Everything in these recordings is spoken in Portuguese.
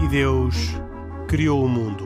E Deus criou o mundo.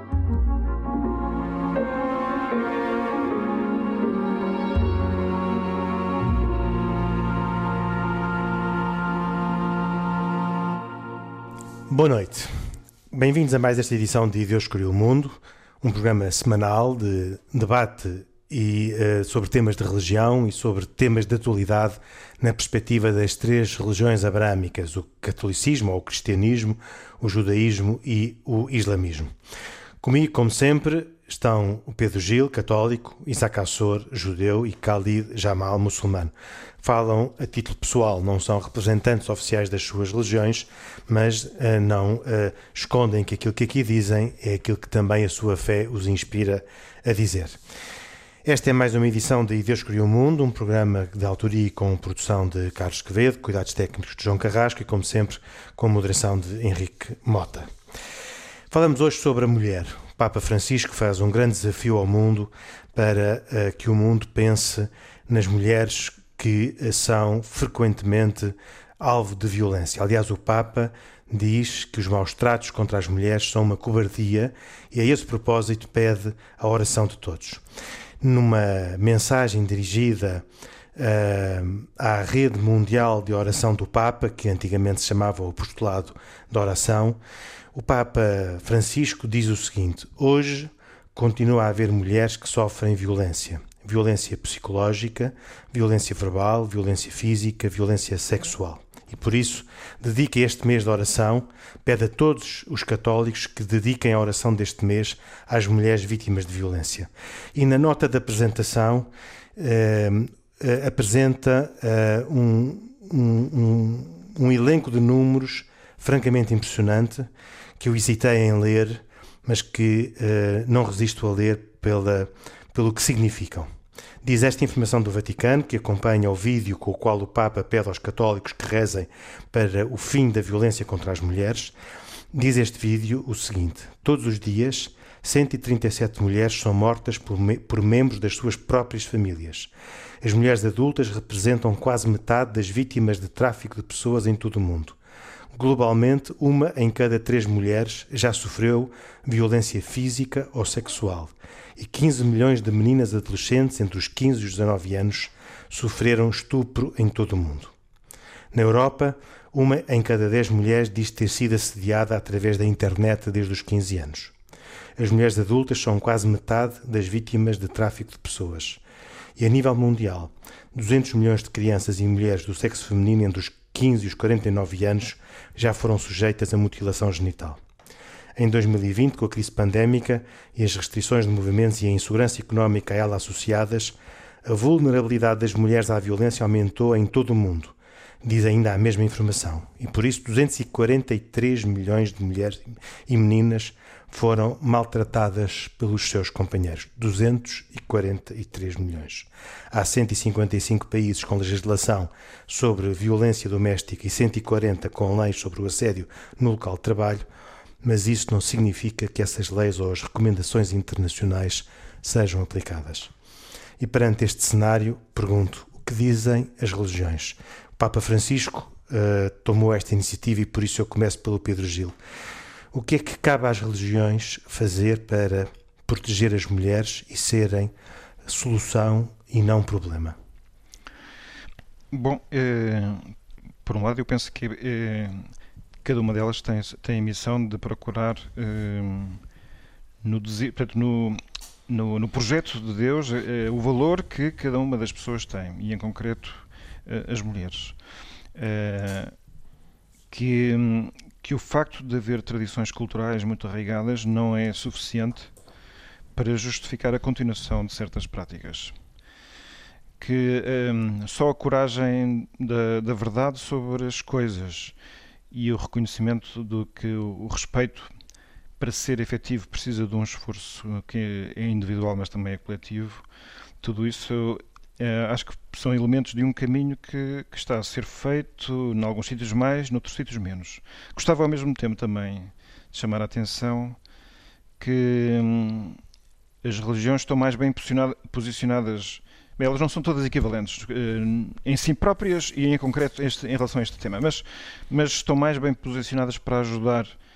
Boa noite. Bem-vindos a mais esta edição de Deus criou o mundo, um programa semanal de debate sobre temas de religião e sobre temas de atualidade na perspectiva das três religiões abrâmicas, o catolicismo ou o cristianismo, o judaísmo e o islamismo. Comigo, como sempre, estão o Pedro Gil, católico, Isaac Assor, judeu, e Khalid Jamal, muçulmano. Falam a título pessoal, não são representantes oficiais das suas religiões, mas não escondem que aquilo que aqui dizem é aquilo que também a sua fé os inspira a dizer. Esta é mais uma edição de Deus criou o mundo, um programa de autoria e com produção de Carlos Quevedo, cuidados técnicos de João Carrasco e, como sempre, com moderação de Henrique Mota. Falamos hoje sobre a mulher. O Papa Francisco faz um grande desafio ao mundo para que o mundo pense nas mulheres que são frequentemente alvo de violência. Aliás, o Papa diz que os maus tratos contra as mulheres são uma cobardia e, a esse propósito, pede a oração de todos. Numa mensagem dirigida à rede mundial de oração do Papa, que antigamente se chamava o Apostolado da Oração, o Papa Francisco diz o seguinte: hoje continua a haver mulheres que sofrem violência. Violência psicológica, violência verbal, violência física, violência sexual. E por isso dedica este mês de oração, pede a todos os católicos que dediquem a oração deste mês às mulheres vítimas de violência. E na nota de apresentação apresenta um elenco de números francamente impressionante, que eu hesitei em ler, mas que não resisto a ler pelo que significam. Diz esta informação do Vaticano, que acompanha o vídeo com o qual o Papa pede aos católicos que rezem para o fim da violência contra as mulheres. Diz este vídeo o seguinte: todos os dias, 137 mulheres são mortas por membros das suas próprias famílias. As mulheres adultas representam quase metade das vítimas de tráfico de pessoas em todo o mundo. Globalmente, 1 em cada 3 mulheres já sofreu violência física ou sexual e 15 milhões de meninas adolescentes entre os 15 e os 19 anos sofreram estupro em todo o mundo. Na Europa, 1 em cada 10 mulheres diz ter sido assediada através da internet desde os 15 anos. As mulheres adultas são quase metade das vítimas de tráfico de pessoas. E a nível mundial, 200 milhões de crianças e mulheres do sexo feminino entre os 15 e os 49 anos já foram sujeitas a mutilação genital. Em 2020, com a crise pandémica e as restrições de movimentos e a insegurança económica a ela associadas, a vulnerabilidade das mulheres à violência aumentou em todo o mundo, diz ainda a mesma informação, e por isso 243 milhões de mulheres e meninas foram maltratadas pelos seus companheiros. 243 milhões. Há 155 países com legislação sobre violência doméstica e 140 com leis sobre o assédio no local de trabalho, mas isso não significa que essas leis ou as recomendações internacionais sejam aplicadas. E perante este cenário, pergunto, o que dizem as religiões? O Papa Francisco tomou esta iniciativa e por isso eu começo pelo Pedro Gil. O que é que cabe às religiões fazer para proteger as mulheres e serem solução e não problema? Bom, por um lado eu penso que cada uma delas tem a missão de procurar no projeto de Deus o valor que cada uma das pessoas tem, e em concreto as mulheres. Que o facto de haver tradições culturais muito arraigadas não é suficiente para justificar a continuação de certas práticas. Que só a coragem da verdade sobre as coisas e o reconhecimento de que o respeito, para ser efetivo, precisa de um esforço que é individual, mas também é coletivo. Tudo isso acho que são elementos de um caminho que está a ser feito em alguns sítios mais, noutros sítios menos. Gostava ao mesmo tempo também de chamar a atenção que as religiões estão mais bem posicionadas. Bem, elas não são todas equivalentes em si próprias e em concreto em relação a este tema, mas estão mais bem posicionadas para ajudar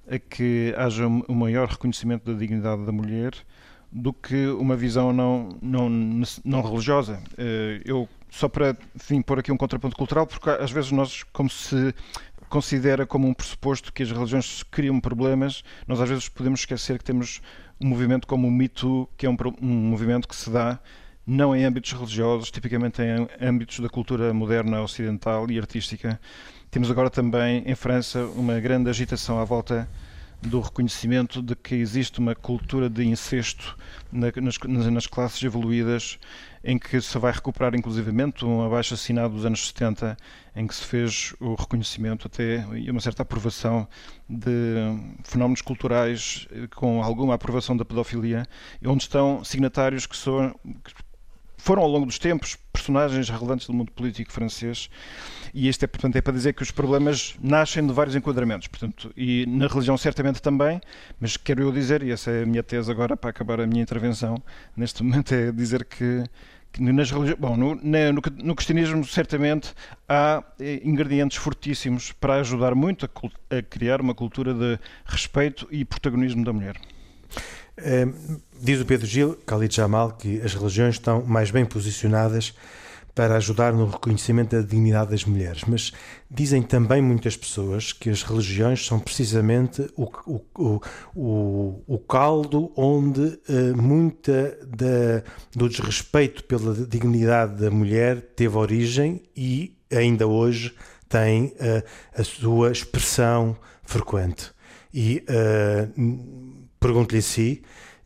a que haja um maior reconhecimento da dignidade da mulher do que uma visão não religiosa. Eu, só para, enfim, pôr aqui um contraponto cultural, porque às vezes nós, como se considera como um pressuposto que as religiões criam problemas, nós às vezes podemos esquecer que temos um movimento como o Me Too, que é um movimento que se dá não em âmbitos religiosos, tipicamente em âmbitos da cultura moderna, ocidental e artística. Temos agora também em França uma grande agitação à volta do reconhecimento de que existe uma cultura de incesto nas classes evoluídas, em que se vai recuperar inclusivamente um abaixo-assinado dos anos 70, em que se fez o reconhecimento até e uma certa aprovação de fenómenos culturais com alguma aprovação da pedofilia, onde estão signatários que foram ao longo dos tempos personagens relevantes do mundo político francês, e isto portanto, é para dizer que os problemas nascem de vários enquadramentos, portanto, e na religião certamente também, mas quero eu dizer, e essa é a minha tese agora para acabar a minha intervenção neste momento, é dizer que nas religiões, bom, no cristianismo certamente há ingredientes fortíssimos para ajudar muito a criar uma cultura de respeito e protagonismo da mulher. Diz o Pedro Gil, Khalid Jamal, que as religiões estão mais bem posicionadas para ajudar no reconhecimento da dignidade das mulheres, mas dizem também muitas pessoas que as religiões são precisamente o caldo onde muita do desrespeito pela dignidade da mulher teve origem e ainda hoje tem a sua expressão frequente. E pergunto-lhe a si,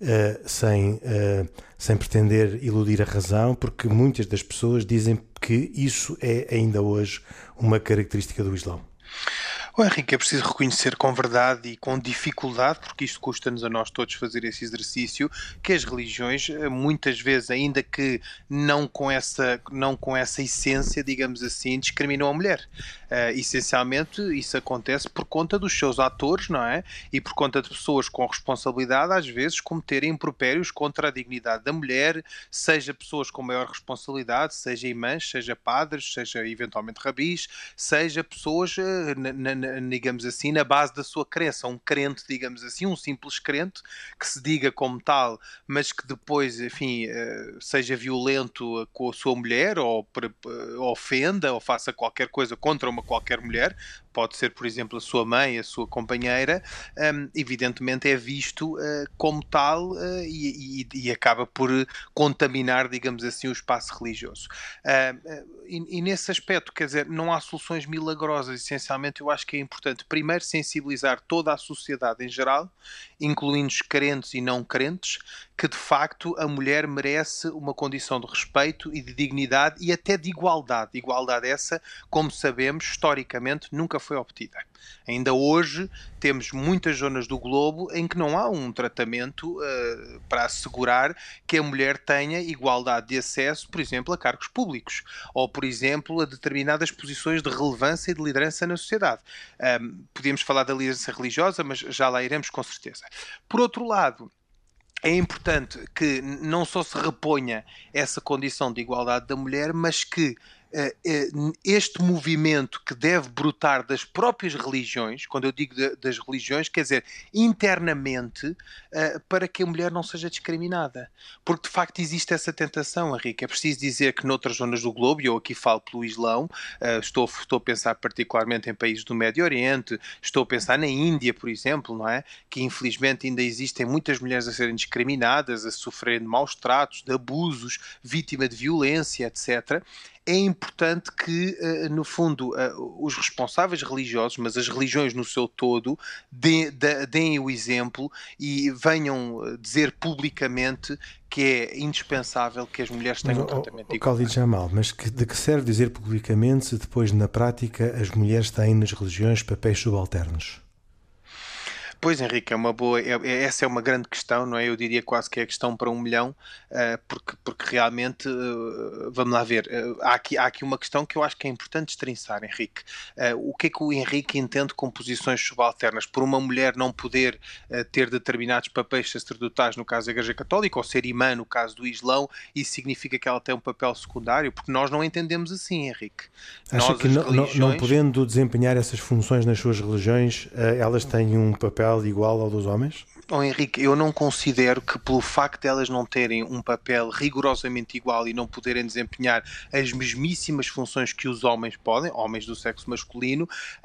sem pretender iludir a razão, porque muitas das pessoas dizem que isso é ainda hoje uma característica do Islão. Henrique, é preciso reconhecer com verdade e com dificuldade, porque isto custa-nos a nós todos fazer esse exercício, que as religiões, muitas vezes, ainda que não com essa essência, digamos assim, discriminam a mulher. Essencialmente, isso acontece por conta dos seus atores, não é? E por conta de pessoas com responsabilidade, às vezes, cometerem impropérios contra a dignidade da mulher, seja pessoas com maior responsabilidade, seja imãs, seja padres, seja eventualmente rabis, seja pessoas digamos assim, na base da sua crença, um crente, digamos assim, um simples crente, que se diga como tal, mas que depois, enfim, seja violento com a sua mulher, ou ofenda, ou faça qualquer coisa contra qualquer mulher, pode ser, por exemplo, a sua mãe, a sua companheira, evidentemente é visto como tal e acaba por contaminar, digamos assim, o espaço religioso. E nesse aspecto, quer dizer, não há soluções milagrosas. Essencialmente, eu acho que é importante, primeiro, sensibilizar toda a sociedade em geral, incluindo os crentes e não crentes, que de facto a mulher merece uma condição de respeito e de dignidade e até de igualdade. Igualdade essa, como sabemos, historicamente nunca foi obtida. Ainda hoje temos muitas zonas do globo em que não há um tratamento para assegurar que a mulher tenha igualdade de acesso, por exemplo, a cargos públicos ou, por exemplo, a determinadas posições de relevância e de liderança na sociedade. Podíamos falar da liderança religiosa, mas já lá iremos com certeza. Por outro lado, é importante que não só se reponha essa condição de igualdade da mulher, mas que este movimento que deve brotar das próprias religiões, quando eu digo das religiões, quer dizer, internamente, para que a mulher não seja discriminada. Porque de facto existe essa tentação, Henrique. É preciso dizer que noutras zonas do globo, e eu aqui falo pelo Islão, estou a pensar particularmente em países do Médio Oriente, estou a pensar na Índia, por exemplo, não é? Que infelizmente ainda existem muitas mulheres a serem discriminadas, a sofrerem de maus tratos, de abusos, vítima de violência, etc. É importante que, no fundo, os responsáveis religiosos, mas as religiões no seu todo, deem o exemplo e venham dizer publicamente que é indispensável que as mulheres tenham um tratamento igual. Khalid Jamal, mas de que serve dizer publicamente se depois, na prática, as mulheres têm nas religiões papéis subalternos? Pois, Henrique, essa é uma grande questão, não é? Eu diria quase que é a questão para 1 milhão, porque realmente, vamos lá ver, há aqui uma questão que eu acho que é importante destrinçar, Henrique. O que é que o Henrique entende com posições subalternas? Por uma mulher não poder ter determinados papéis sacerdotais, no caso da Igreja Católica, ou ser imã, no caso do Islão, isso significa que ela tem um papel secundário? Porque nós não entendemos assim, Henrique. Acha que não podendo desempenhar essas funções nas suas religiões, elas têm um papel papel igual ao dos homens? Oh, Henrique, eu não considero que pelo facto de elas não terem um papel rigorosamente igual e não poderem desempenhar as mesmíssimas funções que os homens podem, homens do sexo masculino,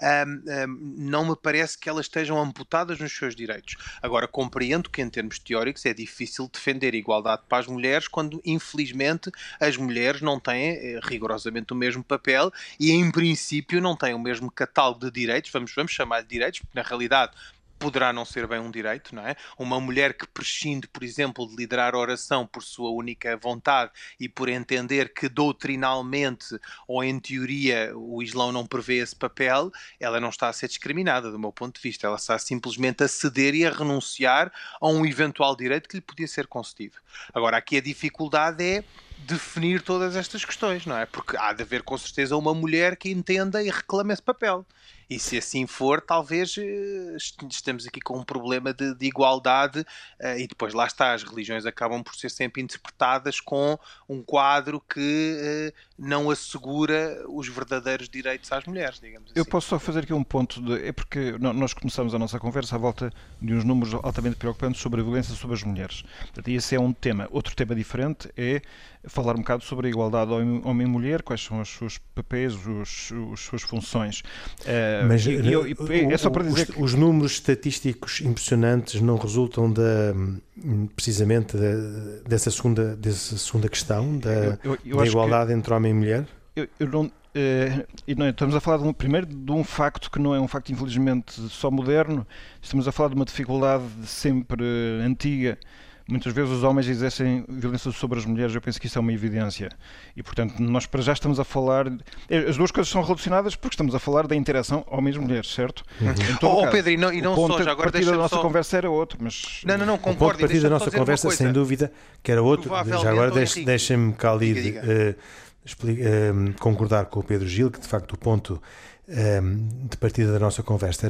não me parece que elas estejam amputadas nos seus direitos. Agora, compreendo que em termos teóricos é difícil defender a igualdade para as mulheres quando, infelizmente, as mulheres não têm rigorosamente o mesmo papel e, em princípio, não têm o mesmo catálogo de direitos, vamos chamar de direitos, porque na realidade poderá não ser bem um direito, não é? Uma mulher que prescinde, por exemplo, de liderar a oração por sua única vontade e por entender que doutrinalmente ou em teoria o Islão não prevê esse papel, ela não está a ser discriminada, do meu ponto de vista. Ela está simplesmente a ceder e a renunciar a um eventual direito que lhe podia ser concedido. Agora, aqui a dificuldade é definir todas estas questões, não é? Porque há de haver com certeza uma mulher que entenda e reclame esse papel. E se assim for, talvez estamos aqui com um problema de igualdade e depois lá está, as religiões acabam por ser sempre interpretadas com um quadro que não assegura os verdadeiros direitos às mulheres, digamos assim. Eu posso só fazer aqui um ponto, é porque nós começamos a nossa conversa à volta de uns números altamente preocupantes sobre a violência sobre as mulheres. Portanto, esse é um tema. Outro tema diferente é falar um bocado sobre a igualdade homem e mulher, quais são os seus papéis, as suas funções. Mas é só para dizer os números estatísticos impressionantes não resultam precisamente dessa segunda questão, da igualdade entre homem e mulher? Estamos a falar primeiro de um facto que não é um facto infelizmente só moderno, estamos a falar de uma dificuldade sempre antiga. Muitas vezes os homens exercem violência sobre as mulheres, eu penso que isso é uma evidência. E, portanto, nós para já estamos a falar... As duas coisas são relacionadas porque estamos a falar da interação homens-mulheres, certo? Pedro, e não só, já agora deixa-me só... A partir da nossa conversa era outro, mas... Não, concordo. O ponto de partida da nossa conversa, sem dúvida, que era outro. Já agora deixem-me, Khalid, concordar com o Pedro Gil, que de facto o ponto de partida da nossa conversa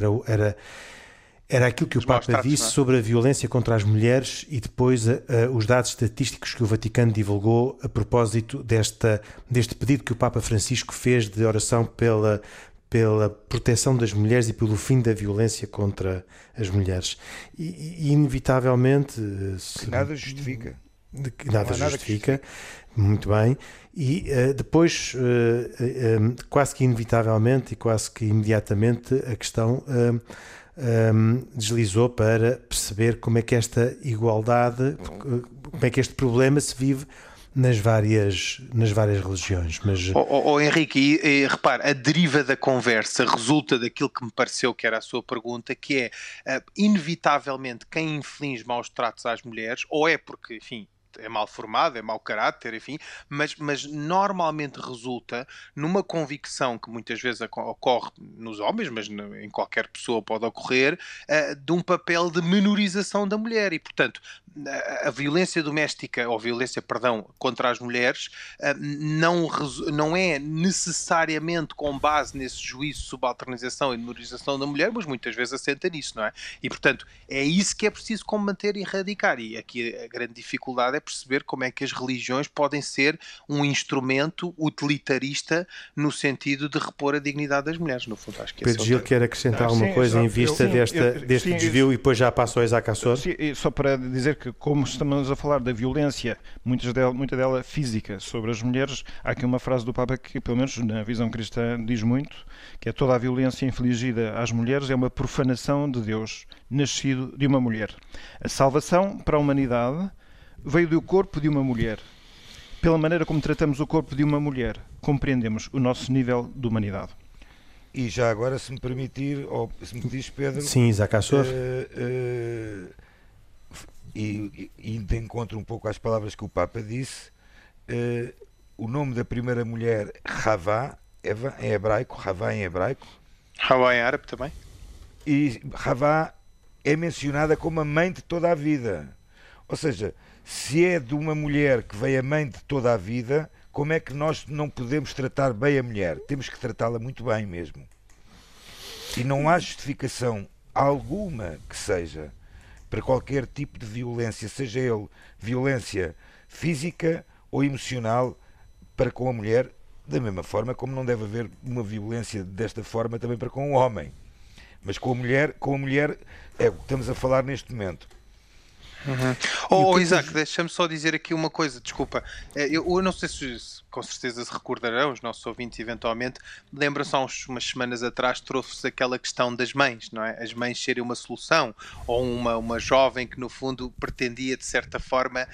era aquilo que o Papa disse sobre a violência contra as mulheres e depois os dados estatísticos que o Vaticano divulgou a propósito deste pedido que o Papa Francisco fez de oração pela proteção das mulheres e pelo fim da violência contra as mulheres. E inevitavelmente... Que nada justifica. Nada justifica. Muito bem. E depois, quase que inevitavelmente e quase que imediatamente, a questão... deslizou para perceber como é que esta igualdade, como é que este problema se vive nas várias religiões. Mas... Henrique, repare, a deriva da conversa resulta daquilo que me pareceu que era a sua pergunta, que é, inevitavelmente, quem inflige maus tratos às mulheres, ou é porque, enfim, é mal formado, é mau caráter, enfim, mas normalmente resulta numa convicção que muitas vezes ocorre nos homens, mas em qualquer pessoa pode ocorrer, de um papel de menorização da mulher e, portanto, a violência doméstica, ou violência, perdão, contra as mulheres não é necessariamente com base nesse juízo de subalternização e de menorização da mulher, mas muitas vezes assenta nisso, não é? E, portanto, é isso que é preciso combater e erradicar. E aqui a grande dificuldade é perceber como é que as religiões podem ser um instrumento utilitarista no sentido de repor a dignidade das mulheres, no fundo. Acho que Pedro Gil quer acrescentar alguma coisa em vista deste desvio e depois já passo ao Isaac Assor? Sim, só para dizer que, como estamos a falar da violência, muita dela física sobre as mulheres, há aqui uma frase do Papa que, pelo menos na visão cristã, diz muito, que é: toda a violência infligida às mulheres é uma profanação de Deus, nascido de uma mulher. A salvação para a humanidade veio do corpo de uma mulher. Pela maneira como tratamos o corpo de uma mulher, compreendemos o nosso nível de humanidade. E já agora, se me permitir, ou se me diz, Pedro... Sim, Isaac Assor. E de encontro um pouco às palavras que o Papa disse, o nome da primeira mulher, Havá, Eva, em hebraico, Havá em hebraico. Havá em árabe também. E Havá é mencionada como a mãe de toda a vida. Ou seja, se é de uma mulher que veio a mãe de toda a vida, como é que nós não podemos tratar bem a mulher? Temos que tratá-la muito bem mesmo. E não há justificação alguma que seja para qualquer tipo de violência, seja ele violência física ou emocional para com a mulher, da mesma forma como não deve haver uma violência desta forma também para com o homem. Mas com a mulher é o que estamos a falar neste momento. Isaac, deixa-me só dizer aqui uma coisa, desculpa. Eu não sei se com certeza se recordarão, os nossos ouvintes eventualmente, lembram-se há umas semanas atrás trouxe-se aquela questão das mães, não é? As mães serem uma solução, ou uma jovem que no fundo pretendia de certa forma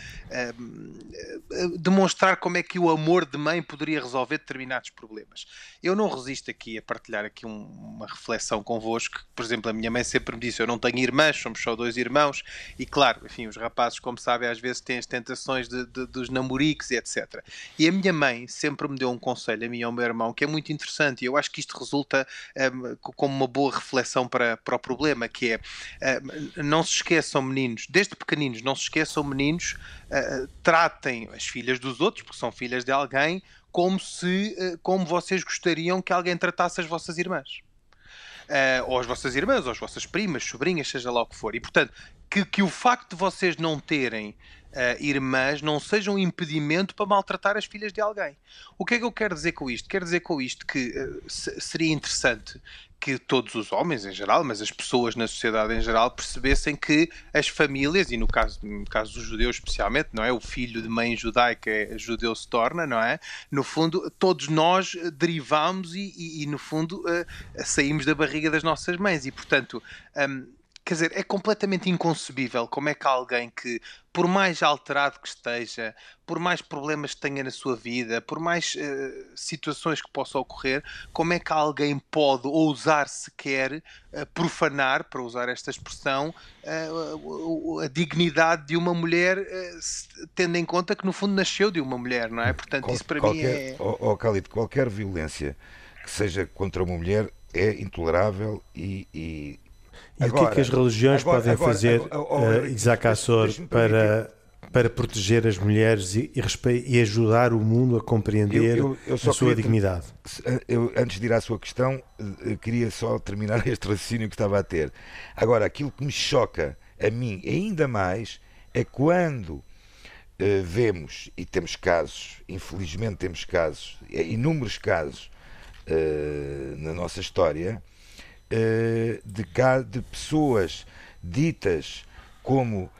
demonstrar como é que o amor de mãe poderia resolver determinados problemas. Eu não resisto aqui a partilhar aqui uma reflexão convosco. Por exemplo, a minha mãe sempre me disse: eu não tenho irmãs, somos só 2 irmãos, e claro, enfim, os rapazes, como sabem, às vezes têm as tentações dos namoricos e etc. E a minha mãe sempre me deu um conselho, a mim e ao meu irmão, que é muito interessante, e eu acho que isto resulta como uma boa reflexão para o problema, que é, não se esqueçam, meninos, desde pequeninos, não se esqueçam, meninos, tratem as filhas dos outros, porque são filhas de alguém, como vocês gostariam que alguém tratasse as vossas irmãs. Ou as vossas irmãs, ou as vossas primas, sobrinhas, seja lá o que for. E, portanto, que o facto de vocês não terem irmãs não seja um impedimento para maltratar as filhas de alguém. O que é que eu quero dizer com isto? Quero dizer com isto que seria interessante que todos os homens em geral, mas as pessoas na sociedade em geral, percebessem que as famílias, e no caso dos judeus especialmente, não é? O filho de mãe judaica judeu se torna, não é? No fundo, todos nós derivamos e no fundo, saímos da barriga das nossas mães e, portanto... Quer dizer, é completamente inconcebível como é que alguém que, por mais alterado que esteja, por mais problemas que tenha na sua vida, por mais situações que possam ocorrer, como é que alguém pode ousar sequer profanar, para usar esta expressão, a dignidade de uma mulher, tendo em conta que no fundo nasceu de uma mulher, não é? Portanto, isso para mim é... Khalid, qualquer violência que seja contra uma mulher é intolerável e agora, o que é que as religiões podem fazer, Isaac Assor, para proteger as mulheres e ajudar o mundo a compreender a sua dignidade? Antes de ir à sua questão, queria só terminar este raciocínio que estava a ter. Agora, aquilo que me choca a mim ainda mais é quando vemos, e temos casos, infelizmente temos casos, inúmeros casos na nossa história, de pessoas ditas como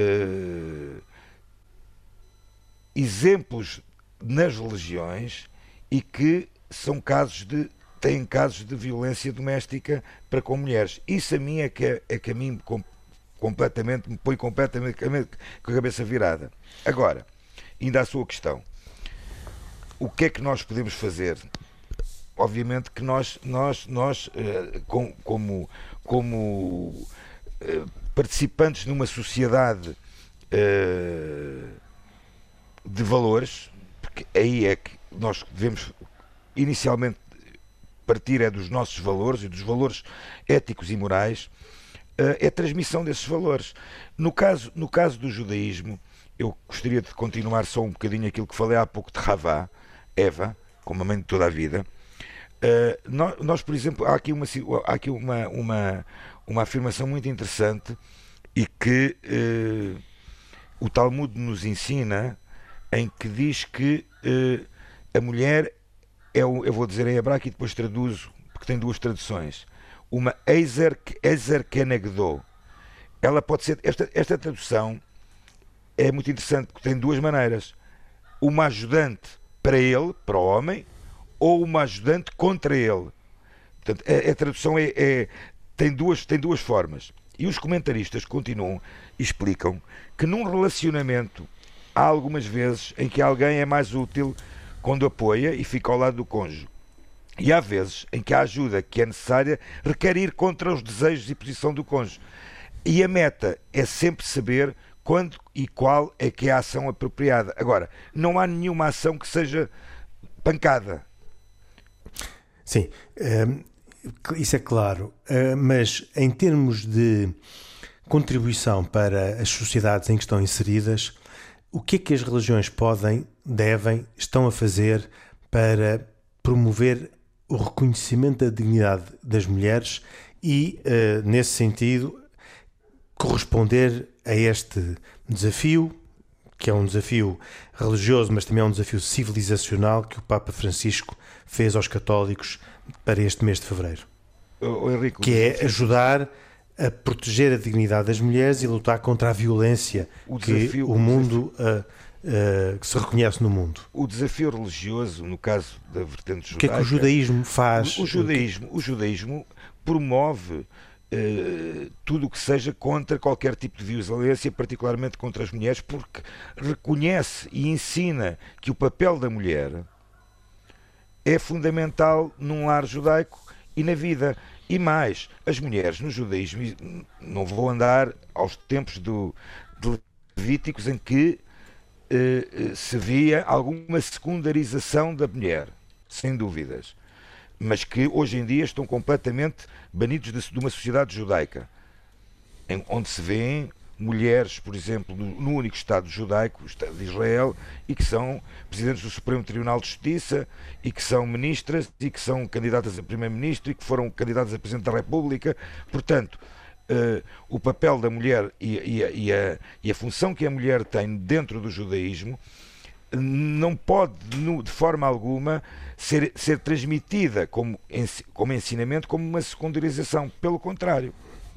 exemplos nas religiões e que têm casos de violência doméstica para com mulheres. Isso a mim é que a mim me põe completamente com a cabeça virada. Agora, ainda à sua questão, o que é que nós podemos fazer? Obviamente que nós como participantes numa sociedade de valores, porque aí é que nós devemos inicialmente partir dos nossos valores e dos valores éticos e morais, é a transmissão desses valores. No caso do judaísmo, eu gostaria de continuar só um bocadinho aquilo que falei há pouco de Ravá, Eva, como a mãe de toda a vida. Nós, por exemplo, há aqui uma afirmação muito interessante e que o Talmud nos ensina, em que diz que a mulher eu vou dizer em hebraico e depois traduzo, porque tem 2 traduções, uma Ezer Kenegdo. Ela pode ser, esta tradução é muito interessante porque tem 2 maneiras: uma ajudante para ele, para o homem, ou uma ajudante contra ele. Portanto, a tradução tem duas formas. E os comentaristas continuam e explicam que num relacionamento há algumas vezes em que alguém é mais útil quando apoia e fica ao lado do cônjuge. E há vezes em que a ajuda que é necessária requer ir contra os desejos e posição do cônjuge. E a meta é sempre saber quando e qual é que é a ação apropriada. Agora, não há nenhuma ação que seja pancada. Sim, isso é claro, mas em termos de contribuição para as sociedades em que estão inseridas, o que é que as religiões estão a fazer para promover o reconhecimento da dignidade das mulheres e, nesse sentido, corresponder a este desafio, que é um desafio religioso, mas também é um desafio civilizacional que o Papa Francisco fez aos católicos para este mês de fevereiro? Henrique, que é ajudar a proteger a dignidade das mulheres e lutar contra a violência que o mundo que se reconhece no mundo. O desafio religioso, no caso da vertente judaica... O que é que o judaísmo faz? O judaísmo promove tudo o que seja contra qualquer tipo de violência, particularmente contra as mulheres, porque reconhece e ensina que o papel da mulher é fundamental num lar judaico e na vida. E mais, as mulheres no judaísmo, não vou andar aos tempos de Levíticos em que se via alguma secundarização da mulher, sem dúvidas, mas que hoje em dia estão completamente banidos de uma sociedade judaica, onde se vêem mulheres, por exemplo, no único Estado judaico, o Estado de Israel, e que são presidentes do Supremo Tribunal de Justiça, e que são ministras, e que são candidatas a primeiro-ministro, e que foram candidatas a Presidente da República. Portanto, o papel da mulher e a função que a mulher tem dentro do judaísmo não pode, de forma alguma, ser transmitida como ensinamento, como uma secundarização. Pelo contrário.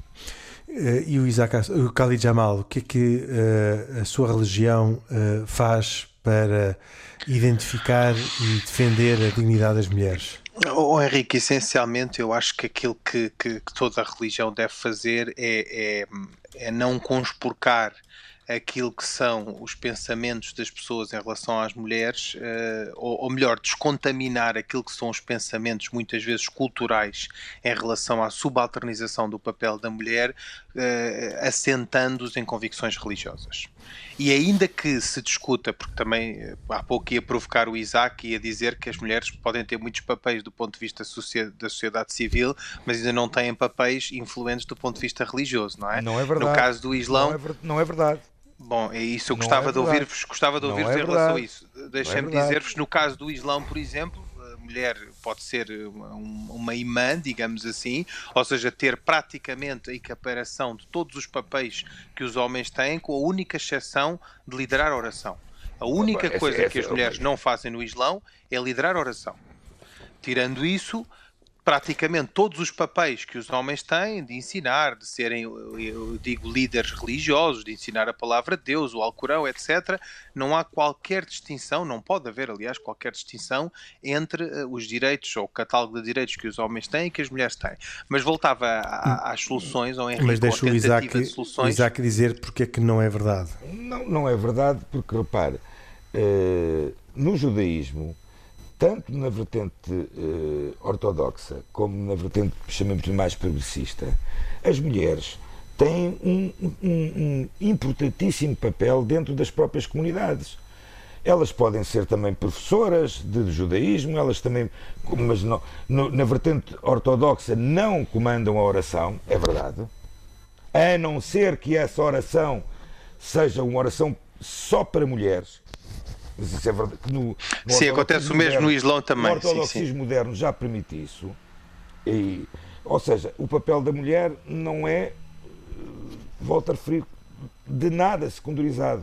E o Khalid Jamal, o que é que a sua religião faz para identificar e defender a dignidade das mulheres? Henrique, essencialmente eu acho que aquilo que toda a religião deve fazer é não conspurcar aquilo que são os pensamentos das pessoas em relação às mulheres, ou melhor, descontaminar aquilo que são os pensamentos muitas vezes culturais em relação à subalternização do papel da mulher, assentando-os em convicções religiosas. E ainda que se discuta, porque também há pouco ia provocar o Isaac e ia dizer que as mulheres podem ter muitos papéis do ponto de vista da sociedade civil, mas ainda não têm papéis influentes do ponto de vista religioso, não é? Não é verdade. No caso do Islão... Não é verdade. Bom, é isso, eu gostava de ouvir-vos em relação a isso. Deixem-me dizer-vos, no caso do Islão, por exemplo, a mulher pode ser uma imã, digamos assim, ou seja, ter praticamente a equiparação de todos os papéis que os homens têm, com a única exceção de liderar a oração. A única coisa que as mulheres não fazem no Islão é liderar a oração. Tirando isso, praticamente todos os papéis que os homens têm de ensinar, de serem, eu digo, líderes religiosos, de ensinar a palavra de Deus, o Alcorão, etc., não há qualquer distinção, não pode haver, aliás, qualquer distinção entre os direitos ou o catálogo de direitos que os homens têm e que as mulheres têm. Mas voltava às soluções, ao Henrique, mas deixa o Isaac dizer porque é que não é verdade. Não é verdade, porque, repare, no judaísmo, tanto na vertente ortodoxa como na vertente, chamemos-lhe, mais progressista, as mulheres têm um importantíssimo papel dentro das próprias comunidades. Elas podem ser também professoras de judaísmo, elas também, mas na vertente ortodoxa não comandam a oração, é verdade, a não ser que essa oração seja uma oração só para mulheres. Isso é verdade. Sim, acontece o mesmo no Islão também. O ortodoxismo moderno já permite isso. Ou seja, o papel da mulher não é, volto a referir, de nada secundarizado.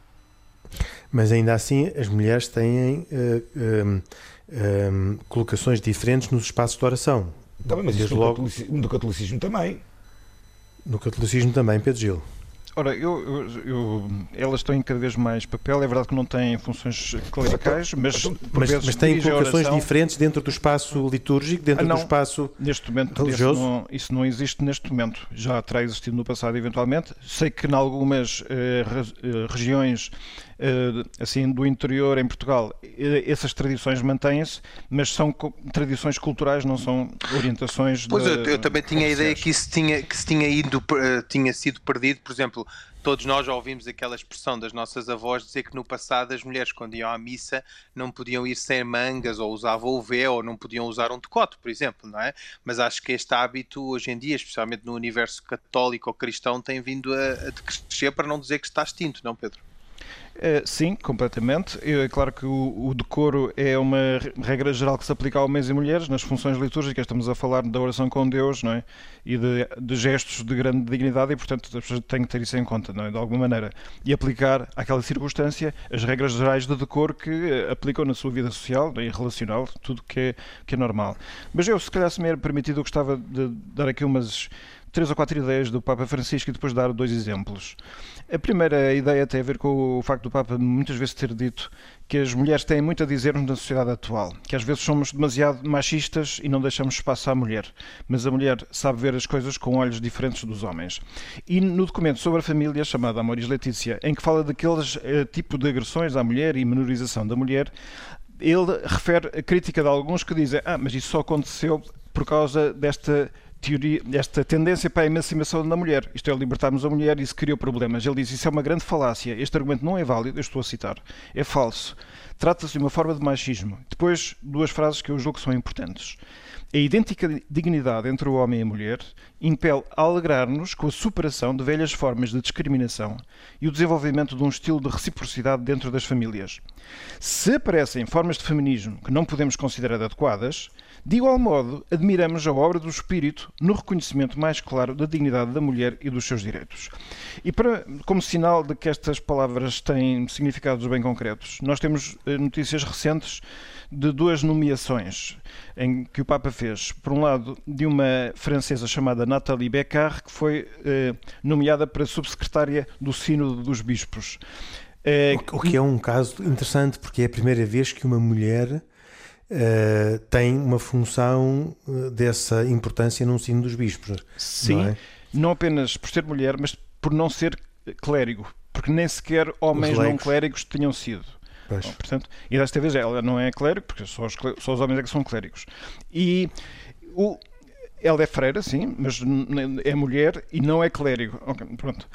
Mas ainda assim as mulheres têm colocações diferentes nos espaços de oração. Também, mas isso no catolicismo também. No catolicismo também, Pedro Gil. Ora, elas têm cada vez mais papel. É verdade que não têm funções clericais, mas têm colocações diferentes dentro do espaço litúrgico, dentro do espaço neste momento, religioso? Isso não existe neste momento. Já terá existido no passado, eventualmente. Sei que em algumas regiões assim do interior em Portugal essas tradições mantêm-se, mas são tradições culturais, não são orientações. Pois eu também tinha a ideia que isso tinha sido perdido. Por exemplo, todos nós já ouvimos aquela expressão das nossas avós dizer que no passado as mulheres, quando iam à missa, não podiam ir sem mangas, ou usavam o véu, ou não podiam usar um decote, por exemplo, não é? Mas acho que este hábito, hoje em dia, especialmente no universo católico ou cristão, tem vindo a decrescer, para não dizer que está extinto, não, Pedro? Sim, completamente. É claro que o decoro é uma regra geral que se aplica a homens e mulheres nas funções litúrgicas. Estamos a falar da oração com Deus, não é? E de gestos de grande dignidade e, portanto, as pessoas têm que ter isso em conta, não é? De alguma maneira. E aplicar àquela circunstância as regras gerais de decoro que aplicam na sua vida social e relacional, tudo que é normal. Mas eu, se calhar, se me era permitido, eu gostava de dar aqui umas 3 ou 4 ideias do Papa Francisco e depois dar 2 exemplos. A primeira ideia tem a ver com o facto do Papa muitas vezes ter dito que as mulheres têm muito a dizer-nos na sociedade atual, que às vezes somos demasiado machistas e não deixamos espaço à mulher, mas a mulher sabe ver as coisas com olhos diferentes dos homens. E no documento sobre a família, chamado Amoris Laetitia, em que fala daqueles tipo de agressões à mulher e menorização da mulher, ele refere a crítica de alguns que dizem mas isso só aconteceu por causa desta teoria, esta tendência para a emancipação da mulher. Isto é, libertarmos a mulher e isso criou problemas. Ele diz, isso é uma grande falácia. Este argumento não é válido, eu estou a citar. É falso. Trata-se de uma forma de machismo. Depois, 2 frases que eu julgo que são importantes. A idêntica dignidade entre o homem e a mulher impele a alegrar-nos com a superação de velhas formas de discriminação e o desenvolvimento de um estilo de reciprocidade dentro das famílias. Se aparecem formas de feminismo que não podemos considerar adequadas, de igual modo, admiramos a obra do espírito no reconhecimento mais claro da dignidade da mulher e dos seus direitos. E como sinal de que estas palavras têm significados bem concretos, nós temos notícias recentes de 2 nomeações em que o Papa fez. Por um lado, de uma francesa chamada Nathalie Beccard, que foi nomeada para subsecretária do Sínodo dos Bispos. O que é um caso interessante, porque é a primeira vez que uma mulher tem uma função dessa importância num Sínodo dos Bispos. Sim, não apenas por ser mulher, mas por não ser clérigo, porque nem sequer homens não clérigos tinham sido. Bom, portanto, e desta vez ela não é clérigo, porque só os homens é que são clérigos. E ela é freira, sim, mas é mulher e não é clérigo. Okay, pronto.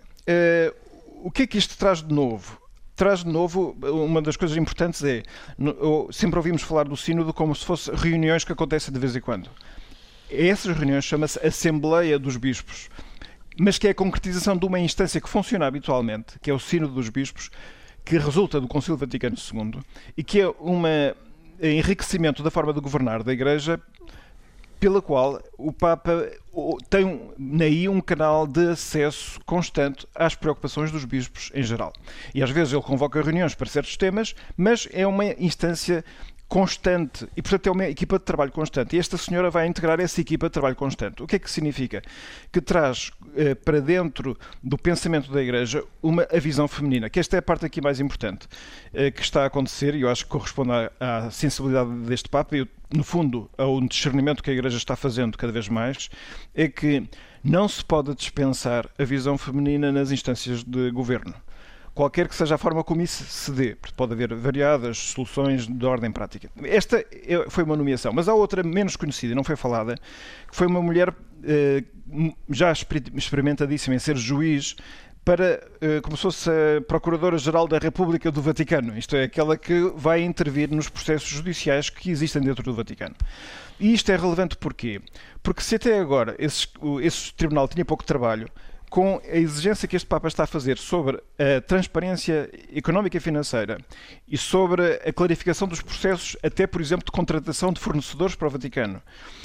O que é que isto traz de novo? Traz de novo, uma das coisas importantes é, sempre ouvimos falar do sínodo como se fossem reuniões que acontecem de vez em quando. Essas reuniões chama-se Assembleia dos Bispos, mas que é a concretização de uma instância que funciona habitualmente, que é o Sínodo dos Bispos, que resulta do Concílio Vaticano II e que é um enriquecimento da forma de governar da Igreja, pela qual o Papa tem aí um canal de acesso constante às preocupações dos bispos em geral. E às vezes ele convoca reuniões para certos temas, mas é uma instância constante e, portanto, é uma equipa de trabalho constante. E esta senhora vai integrar essa equipa de trabalho constante. O que é que significa? Que traz para dentro do pensamento da Igreja a visão feminina, que esta é a parte aqui mais importante que está a acontecer, e eu acho que corresponde à sensibilidade deste Papa, e no fundo, ao discernimento que a Igreja está fazendo cada vez mais, é que não se pode dispensar a visão feminina nas instâncias de governo. Qualquer que seja a forma como isso se dê. Pode haver variadas soluções de ordem prática. Esta foi uma nomeação, mas há outra menos conhecida, não foi falada, que foi uma mulher já experimentadíssima em ser juiz, como se fosse a Procuradora-Geral da República do Vaticano. Isto é, aquela que vai intervir nos processos judiciais que existem dentro do Vaticano. E isto é relevante porquê? Porque se até agora esse tribunal tinha pouco trabalho, com a exigência que este Papa está a fazer sobre a transparência económica e financeira e sobre a clarificação dos processos, até, por exemplo, de contratação de fornecedores para o Vaticano,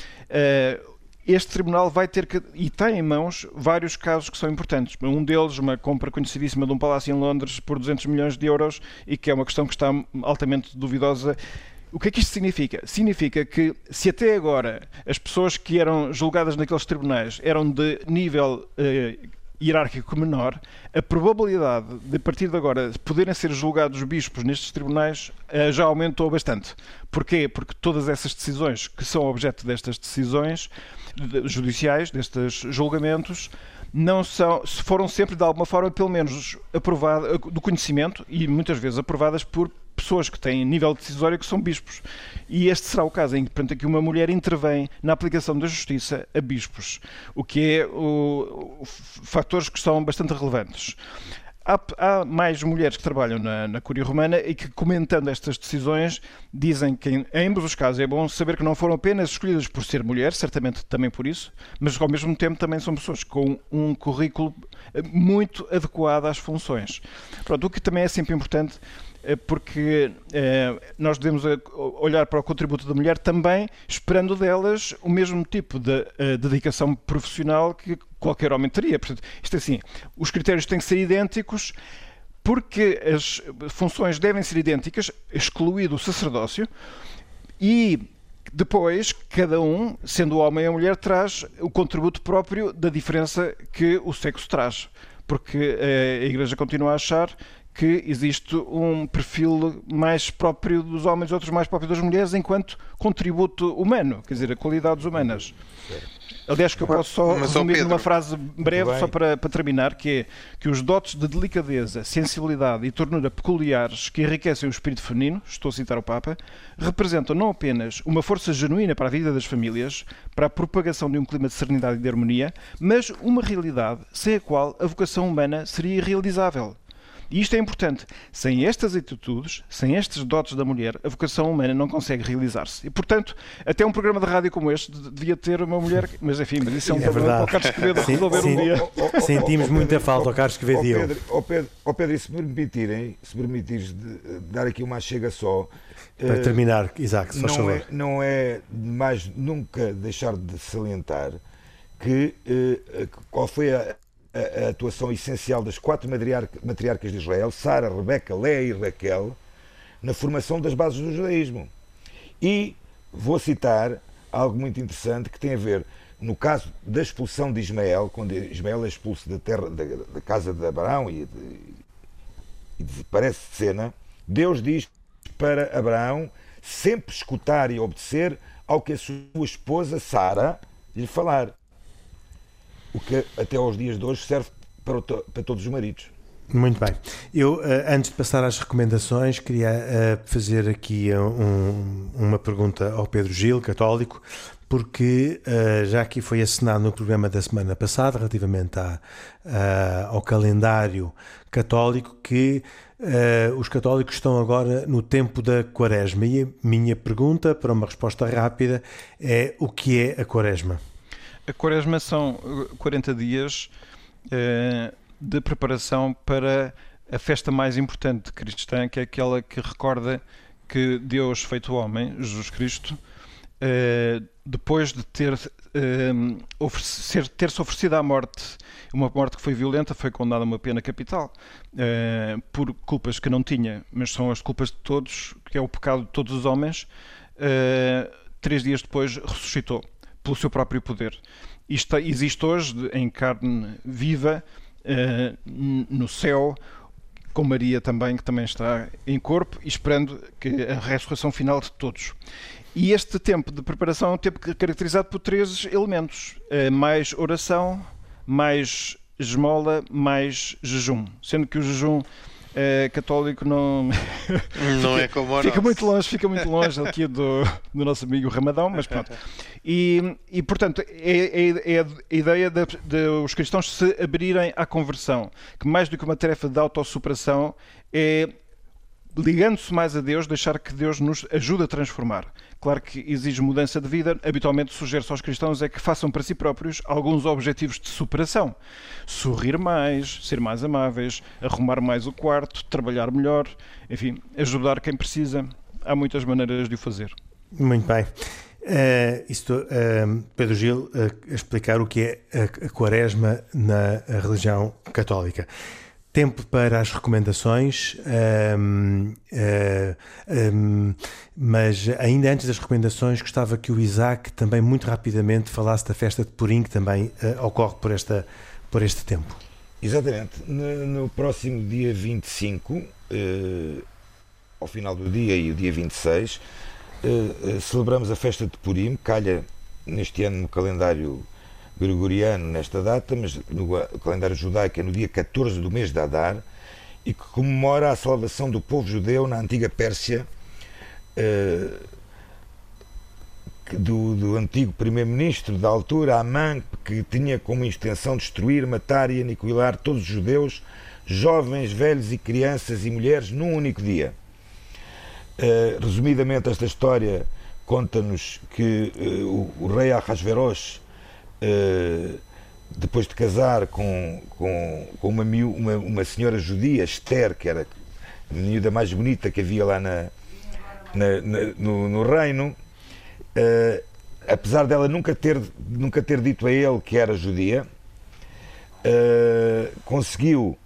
este tribunal vai ter que, e tem em mãos, vários casos que são importantes. Um deles, uma compra conhecidíssima de um palácio em Londres por 200 milhões de euros e que é uma questão que está altamente duvidosa. O que é que isto significa? Significa que, se até agora as pessoas que eram julgadas naqueles tribunais eram de nível hierárquico menor, a probabilidade de, a partir de agora, poderem ser julgados bispos nestes tribunais já aumentou bastante. Porquê? Porque todas essas decisões, que são objeto destas decisões judiciais, destes julgamentos, foram sempre, de alguma forma, pelo menos aprovadas, do conhecimento, e muitas vezes aprovadas por pessoas que têm nível decisório que são bispos. E este será o caso em que, portanto, aqui uma mulher intervém na aplicação da justiça a bispos, o que é fatores que são bastante relevantes. Há mais mulheres que trabalham na Cúria Romana e que, comentando estas decisões, dizem que em ambos os casos é bom saber que não foram apenas escolhidas por ser mulher, certamente também por isso, mas ao mesmo tempo também são pessoas com um currículo muito adequada às funções. Pronto, o que também é sempre importante, porque nós devemos olhar para o contributo da mulher também esperando delas o mesmo tipo de dedicação profissional que qualquer homem teria. Portanto, isto é assim, os critérios têm que ser idênticos, porque as funções devem ser idênticas, excluído o sacerdócio, e depois cada um, sendo homem ou mulher, traz o contributo próprio da diferença que o sexo traz. Porque a Igreja continua a achar que existe um perfil mais próprio dos homens, outros mais próprio das mulheres, enquanto contributo humano, quer dizer, qualidades humanas. Aliás, que eu posso só resumir numa frase breve, só para terminar, que é que os dotes de delicadeza, sensibilidade e ternura peculiares que enriquecem o espírito feminino, estou a citar o Papa, representam não apenas uma força genuína para a vida das famílias, para a propagação de um clima de serenidade e de harmonia, mas uma realidade sem a qual a vocação humana seria irrealizável. E isto é importante. Sem estas atitudes, sem estes dotes da mulher, a vocação humana não consegue realizar-se. E, portanto, até um programa de rádio como este devia ter uma mulher... Mas, enfim, mas isso é um problema para o Carlos Quevedo resolver um dia. Sentimos muita falta ao Carlos Quevedo. Pedro, e se me permitires dar aqui uma chega só... Para terminar, Isaac, só favor. Não é mais nunca deixar de salientar que qual foi a atuação essencial das 4 matriarcas de Israel, Sara, Rebeca, Léa e Raquel, na formação das bases do judaísmo. E vou citar algo muito interessante que tem a ver, no caso da expulsão de Ismael, quando Ismael é expulso da terra, da casa de Abraão e desaparece de cena, Deus diz para Abraão sempre escutar e obedecer ao que a sua esposa Sara lhe falar. O que até aos dias de hoje serve para todos os maridos. Muito bem. Eu, antes de passar às recomendações, queria fazer aqui uma pergunta ao Pedro Gil, católico, porque já aqui foi assinado no programa da semana passada, relativamente ao calendário católico, que os católicos estão agora no tempo da Quaresma. E a minha pergunta, para uma resposta rápida, é: o que é a Quaresma? A Quaresma são 40 dias de preparação para a festa mais importante cristã, que é aquela que recorda que Deus, feito homem, Jesus Cristo, depois de ter-se oferecido à morte, uma morte que foi violenta, foi condenado a uma pena capital, por culpas que não tinha, mas são as culpas de todos, que é o pecado de todos os homens, 3 dias depois ressuscitou pelo seu próprio poder. Isto existe hoje em carne viva, no céu, com Maria também, que também está em corpo, e esperando que a ressurreição final de todos. E este tempo de preparação é um tempo caracterizado por 3 elementos: mais oração, mais esmola, mais jejum. Sendo que o jejum católico não é como fica muito longe aqui do nosso amigo Ramadão, mas pronto. E portanto, é a ideia de os cristãos se abrirem à conversão, que mais do que uma tarefa de autossuperação é, ligando-se mais a Deus, deixar que Deus nos ajude a transformar. Claro que exige mudança de vida. Habitualmente sugere-se aos cristãos é que façam para si próprios alguns objetivos de superação. Sorrir mais, ser mais amáveis, arrumar mais o quarto, trabalhar melhor, enfim, ajudar quem precisa. Há muitas maneiras de o fazer. Muito bem. Pedro Gil a explicar o que é a Quaresma na religião católica. Tempo para as recomendações, mas ainda antes das recomendações gostava que o Isaac também muito rapidamente falasse da festa de Purim, que também ocorre por este tempo. Exatamente. No próximo dia 25, ao final do dia, e o dia 26, celebramos a festa de Purim. Calha neste ano no calendário gregoriano nesta data, mas no calendário judaico é no dia 14 do mês de Adar, e que comemora a salvação do povo judeu na antiga Pérsia, do antigo primeiro-ministro da altura, Amã, que tinha como intenção destruir, matar e aniquilar todos os judeus, jovens, velhos e crianças e mulheres, num único dia. Resumidamente, esta história conta-nos que o rei Ahasverosh depois de casar com uma senhora judia, Esther, que era a miúda mais bonita que havia lá no reino, apesar dela nunca ter dito a ele que era judia, conseguiu,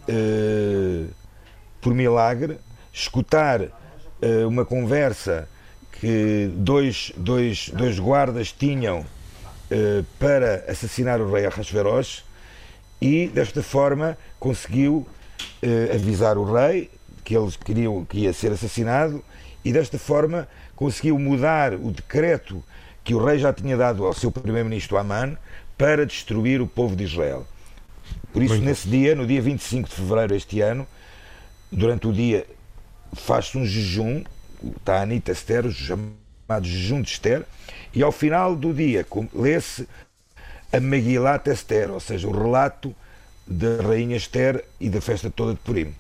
por milagre, escutar uma conversa que dois guardas tinham para assassinar o rei Ahasverosh, e desta forma conseguiu avisar o rei que eles queriam que ia ser assassinado, e desta forma conseguiu mudar o decreto que o rei já tinha dado ao seu primeiro-ministro Amã para destruir o povo de Israel. Por isso, nesse dia, no dia 25 de fevereiro deste ano, durante o dia faz-se um jejum, Ta'anit Esther, o chamado jejum de Esther, e ao final do dia lê-se a Megillat Esther, ou seja, o relato da rainha Esther e da festa toda de Purim.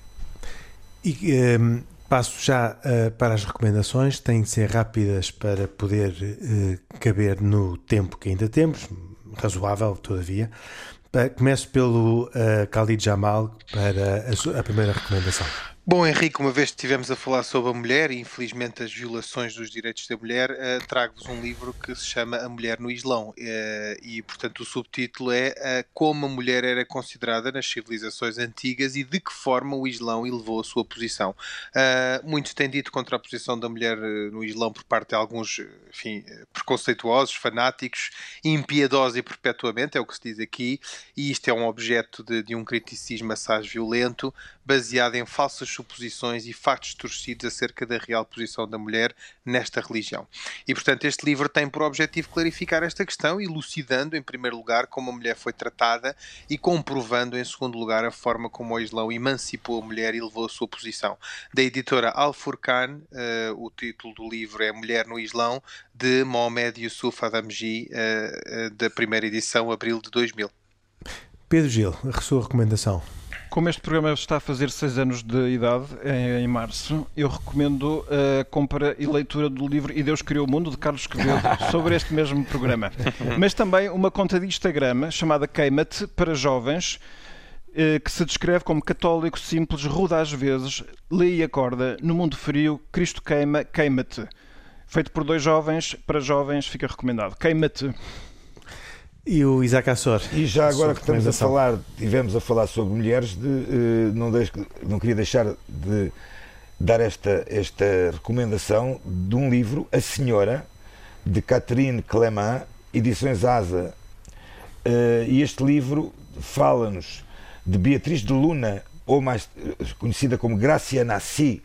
E passo já para as recomendações, têm de ser rápidas para poder caber no tempo que ainda temos, razoável todavia. Começo pelo Khalid Jamal para a primeira recomendação. Bom, Henrique, uma vez que estivemos a falar sobre a mulher e infelizmente as violações dos direitos da mulher, trago-vos um livro que se chama A Mulher no Islão e, portanto, o subtítulo é Como a Mulher era considerada nas civilizações antigas e de que forma o Islão elevou a sua posição. Muito tem dito contra a posição da mulher no Islão por parte de alguns, enfim, preconceituosos, fanáticos, impiedosos e perpetuamente, é o que se diz aqui, e isto é um objeto de um criticismo assaz violento, baseado em falsas suposições e factos torcidos acerca da real posição da mulher nesta religião. E, portanto, este livro tem por objetivo clarificar esta questão, elucidando, em primeiro lugar, como a mulher foi tratada e comprovando, em segundo lugar, a forma como o Islão emancipou a mulher e levou a sua posição. Da editora Al-Furqan, o título do livro é Mulher no Islão, de Mohamed Yusuf Adamji, da primeira edição, abril de 2000. Pedro Gil, a sua recomendação. Como este programa está a fazer 6 anos de idade, em março, eu recomendo a compra e leitura do livro E Deus Criou o Mundo, de Carlos Quevedo, sobre este mesmo programa. Mas também uma conta de Instagram chamada Queima-te, para jovens, que se descreve como católico simples, rude às vezes, lê e acorda, no mundo frio, Cristo queima, queima-te. Feito por 2 jovens, para jovens, fica recomendado. Queima-te. E o Isaac Assor. E já agora que estivemos a falar sobre mulheres, não queria deixar de dar esta recomendação de um livro, A Senhora, de Catherine Clément, Edições Asa. E este livro fala-nos de Beatriz de Luna, ou mais conhecida como Gracia Nassi,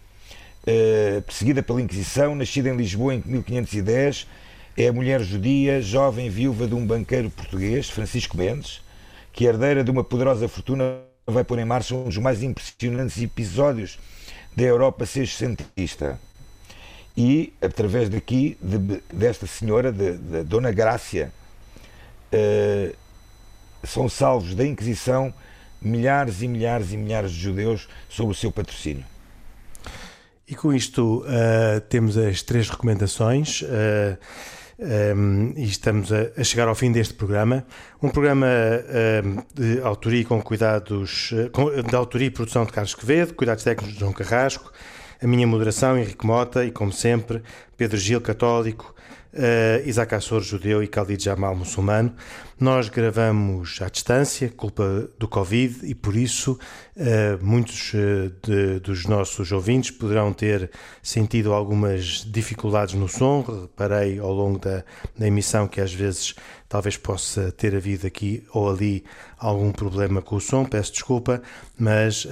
perseguida pela Inquisição, nascida em Lisboa em 1510, é a mulher judia, jovem viúva de um banqueiro português, Francisco Mendes, que, herdeira de uma poderosa fortuna, vai pôr em marcha um dos mais impressionantes episódios da Europa sexcentista. E, através desta senhora, da Dona Grácia, são salvos da Inquisição milhares e milhares e milhares de judeus sob o seu patrocínio. E com isto temos as 3 recomendações e estamos a chegar ao fim deste programa. Um programa de autoria e com cuidados, de autoria e produção de Carlos Quevedo, cuidados técnicos de João Carrasco, a minha moderação, Henrique Mota, e como sempre, Pedro Gil, católico, Isaac Assor, judeu, e Khalid Jamal, muçulmano. Nós gravamos à distância, culpa do Covid, e por isso muitos dos nossos ouvintes poderão ter sentido algumas dificuldades no som. Reparei ao longo da emissão que às vezes talvez possa ter havido aqui ou ali algum problema com o som, peço desculpa, mas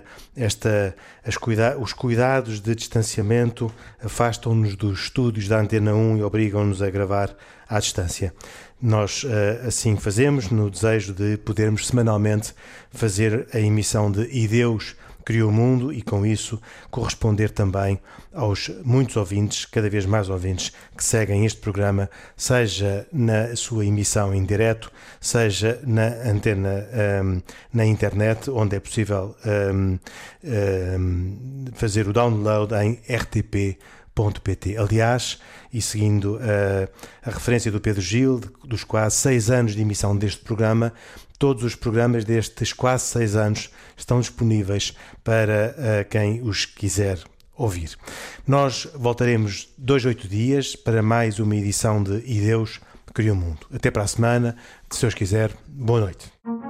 os cuidados de distanciamento afastam-nos dos estúdios da Antena 1 e obrigam-nos a gravar à distância. Nós assim fazemos, no desejo de podermos semanalmente fazer a emissão de E Deus Criou o Mundo, e com isso corresponder também aos muitos ouvintes, cada vez mais ouvintes, que seguem este programa, seja na sua emissão em direto, seja na antena, na internet, onde é possível fazer o download em rtp.pt. Aliás, e seguindo a referência do Pedro Gil, dos quase 6 anos de emissão deste programa, todos os programas destes quase 6 anos estão disponíveis para quem os quiser ouvir. Nós voltaremos 2 a 8 dias para mais uma edição de E Deus Criou o Mundo. Até para a semana, se Deus quiser, boa noite.